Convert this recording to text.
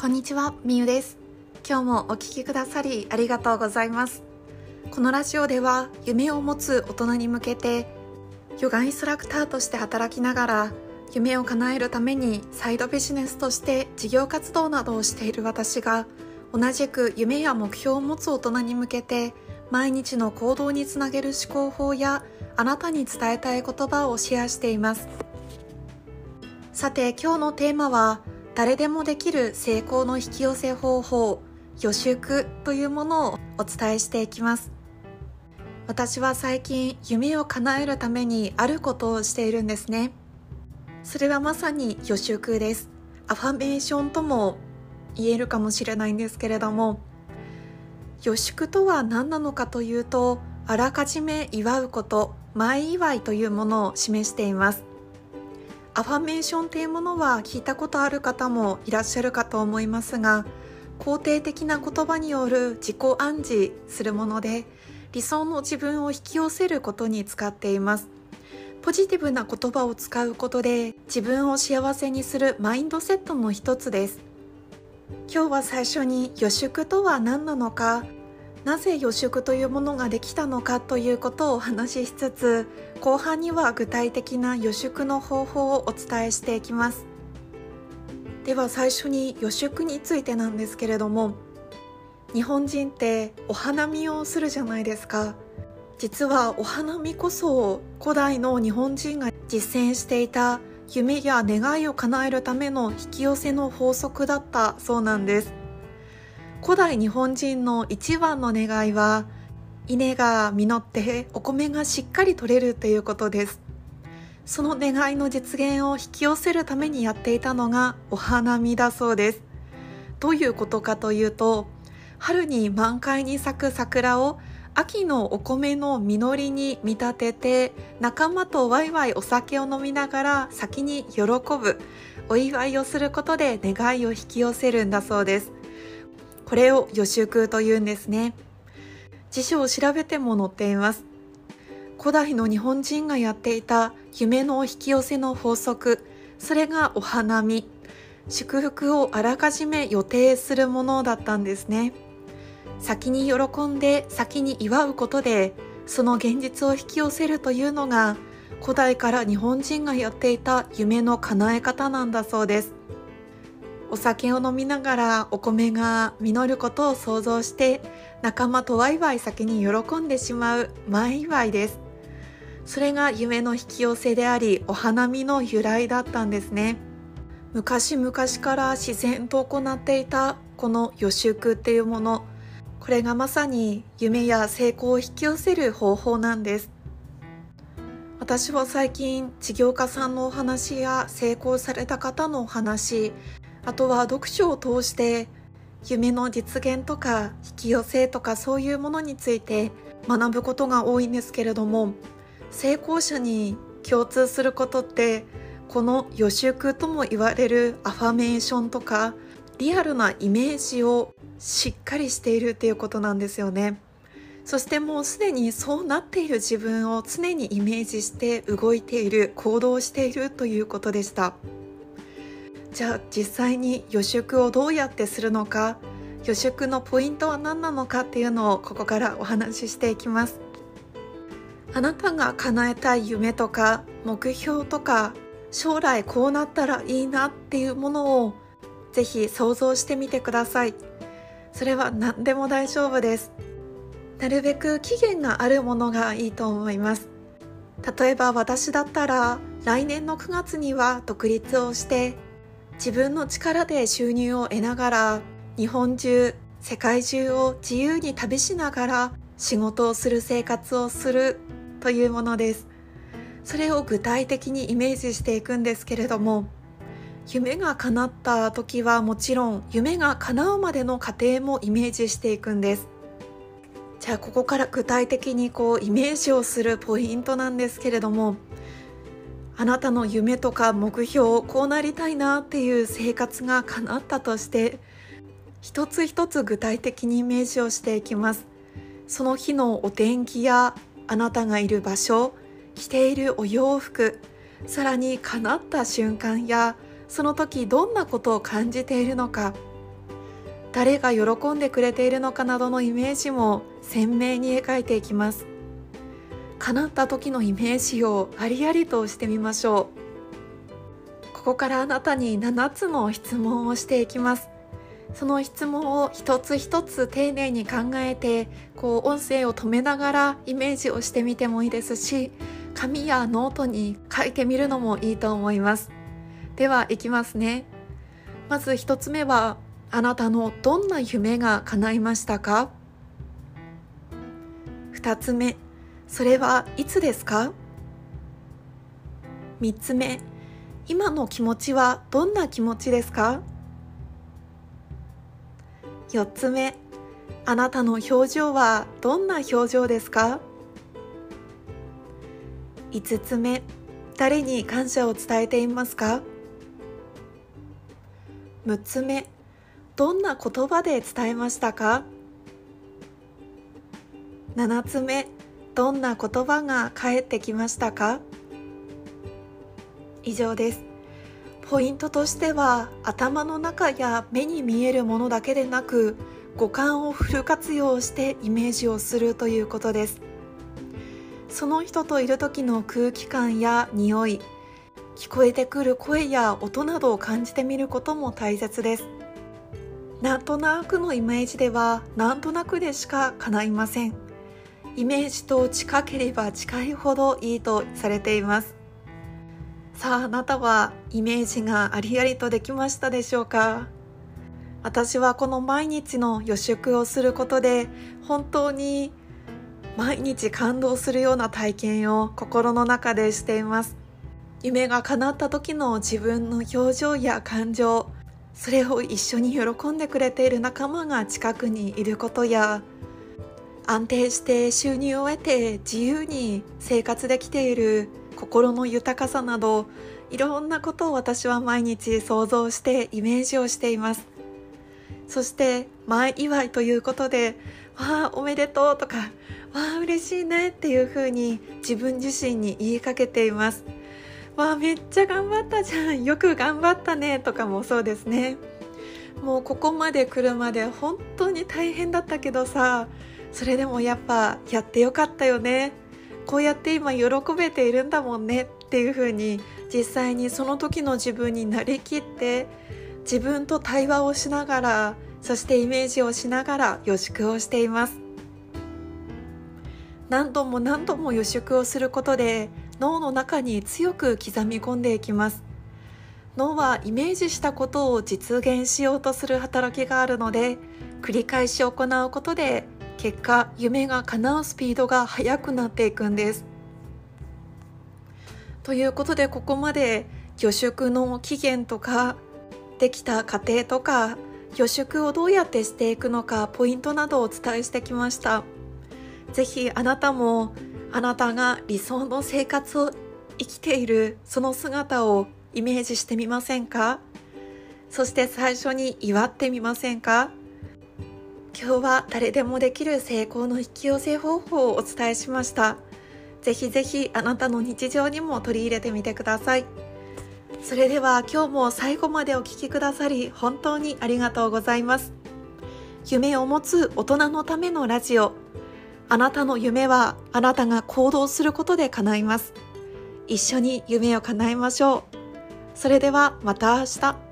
こんにちは、みゆです。今日もお聞きくださりありがとうございます。このラジオでは夢を持つ大人に向けてヨガインストラクターとして働きながら夢を叶えるためにサイドビジネスとして事業活動などをしている私が同じく夢や目標を持つ大人に向けて毎日の行動につなげる思考法やあなたに伝えたい言葉をシェアしています。さて今日のテーマは誰でもできる成功の引き寄せ方法予祝というものをお伝えしていきます。私は最近夢を叶えるためにあることをしているんですね。それはまさに予祝です。アファメーションとも言えるかもしれないんですけれども、予祝とは何なのかというと、あらかじめ祝うこと、前祝いというものを示しています。アファメーションというものは聞いたことある方もいらっしゃるかと思いますが、肯定的な言葉による自己暗示するもので、理想の自分を引き寄せることに使っています。ポジティブな言葉を使うことで自分を幸せにするマインドセットの一つです。今日は最初に予祝とは何なのか、なぜ予祝というものができたのかということをお話ししつつ、後半には具体的な予祝の方法をお伝えしていきます。では最初に予祝についてなんですけれども、日本人ってお花見をするじゃないですか。実はお花見こそ古代の日本人が実践していた夢や願いを叶えるための引き寄せの法則だったそうなんです。古代日本人の一番の願いは稲が実ってお米がしっかり取れるということです。その願いの実現を引き寄せるためにやっていたのがお花見だそうです。どういうことかというと、春に満開に咲く桜を秋のお米の実りに見立てて、仲間とワイワイお酒を飲みながら先に喜ぶ、お祝いをすることで願いを引き寄せるんだそうです。これを予祝というんですね。辞書を調べても載っています。古代の日本人がやっていた夢の引き寄せの法則、それがお花見、祝福をあらかじめ予定するものだったんですね。先に喜んで先に祝うことでその現実を引き寄せるというのが古代から日本人がやっていた夢の叶え方なんだそうです。お酒を飲みながらお米が実ることを想像して仲間とワイワイ先に喜んでしまう前祝いです。それが夢の引き寄せでありお花見の由来だったんですね。昔々から自然と行っていたこの予祝っていうもの、これがまさに夢や成功を引き寄せる方法なんです。私は最近起業家さんのお話や成功された方のお話、あとは読書を通して夢の実現とか引き寄せとかそういうものについて学ぶことが多いんですけれども、成功者に共通することってこの予祝とも言われるアファメーションとかリアルなイメージをしっかりしているっていうことなんですよね。そしてもうすでにそうなっている自分を常にイメージして動いている、行動しているということでした。じゃあ実際に予祝をどうやってするのか、予祝のポイントは何なのかっていうのをここからお話ししていきます。あなたが叶えたい夢とか目標とか、将来こうなったらいいなっていうものをぜひ想像してみてください。それは何でも大丈夫です。なるべく期限があるものがいいと思います。例えば私だったら来年の9月には独立をして自分の力で収入を得ながら日本中、世界中を自由に旅しながら仕事をする生活をするというものです。それを具体的にイメージしていくんですけれども、夢が叶った時はもちろん夢が叶うまでの過程もイメージしていくんです。じゃあここから具体的にイメージをするポイントなんですけれども、あなたの夢とか目標、こうなりたいなっていう生活が叶ったとして一つ一つ具体的にイメージをしていきます。その日のお天気やあなたがいる場所、着ているお洋服、さらに叶った瞬間やその時どんなことを感じているのか、 誰が喜んでくれているのかなどのイメージも鮮明に描いていきます。叶った時のイメージをありありとしてみましょう。ここからあなたに7つの質問をしていきます。その質問を一つ一つ丁寧に考えて、音声を止めながらイメージをしてみてもいいですし、紙やノートに書いてみるのもいいと思います。ではいきますね。まず一つ目は、あなたのどんな夢が叶いましたか？二つ目、それはいつですか？三つ目、今の気持ちはどんな気持ちですか？四つ目、あなたの表情はどんな表情ですか？五つ目、誰に感謝を伝えていますか？六つ目、どんな言葉で伝えましたか？七つ目、どんな言葉が返ってきましたか？以上です。ポイントとしては、頭の中や目に見えるものだけでなく、五感をフル活用してイメージをするということです。その人といる時の空気感や匂い、聞こえてくる声や音などを感じてみることも大切です。なんとなくのイメージでは、なんとなくでしか叶いません。イメージと近ければ近いほどいいとされています。さあ、あなたはイメージがありありとできましたでしょうか？私はこの毎日の予祝をすることで、本当に毎日感動するような体験を心の中でしています。夢が叶った時の自分の表情や感情、それを一緒に喜んでくれている仲間が近くにいることや、安定して収入を得て自由に生活できている心の豊かさなど、いろんなことを私は毎日想像してイメージをしています。そして前祝いということで、わあおめでとうとか、わあ嬉しいねっていうふうに自分自身に言いかけています。わあめっちゃ頑張ったじゃん、よく頑張ったねとかもそうですね。もうここまで来るまで本当に大変だったけどさ、それでもやっぱやってよかったよね、こうやって今喜べているんだもんねっていう風に、実際にその時の自分になりきって自分と対話をしながら、そしてイメージをしながら予祝をしています。何度も何度も予祝をすることで脳の中に強く刻み込んでいきます。脳はイメージしたことを実現しようとする働きがあるので、繰り返し行うことで結果夢が叶うスピードが速くなっていくんです。ということで、ここまで予祝の期限とか、できた過程とか、予祝をどうやってしていくのか、ポイントなどをお伝えしてきました。ぜひあなたも、あなたが理想の生活を生きているその姿をイメージしてみませんか？そして最初に祝ってみませんか？今日は誰でもできる成功の引き寄せ方法をお伝えしました。ぜひぜひあなたの日常にも取り入れてみてください。それでは今日も最後までお聞きくださり本当にありがとうございます。夢を持つ大人のためのラジオ。あなたの夢はあなたが行動することで叶います。一緒に夢を叶えましょう。それではまた明日。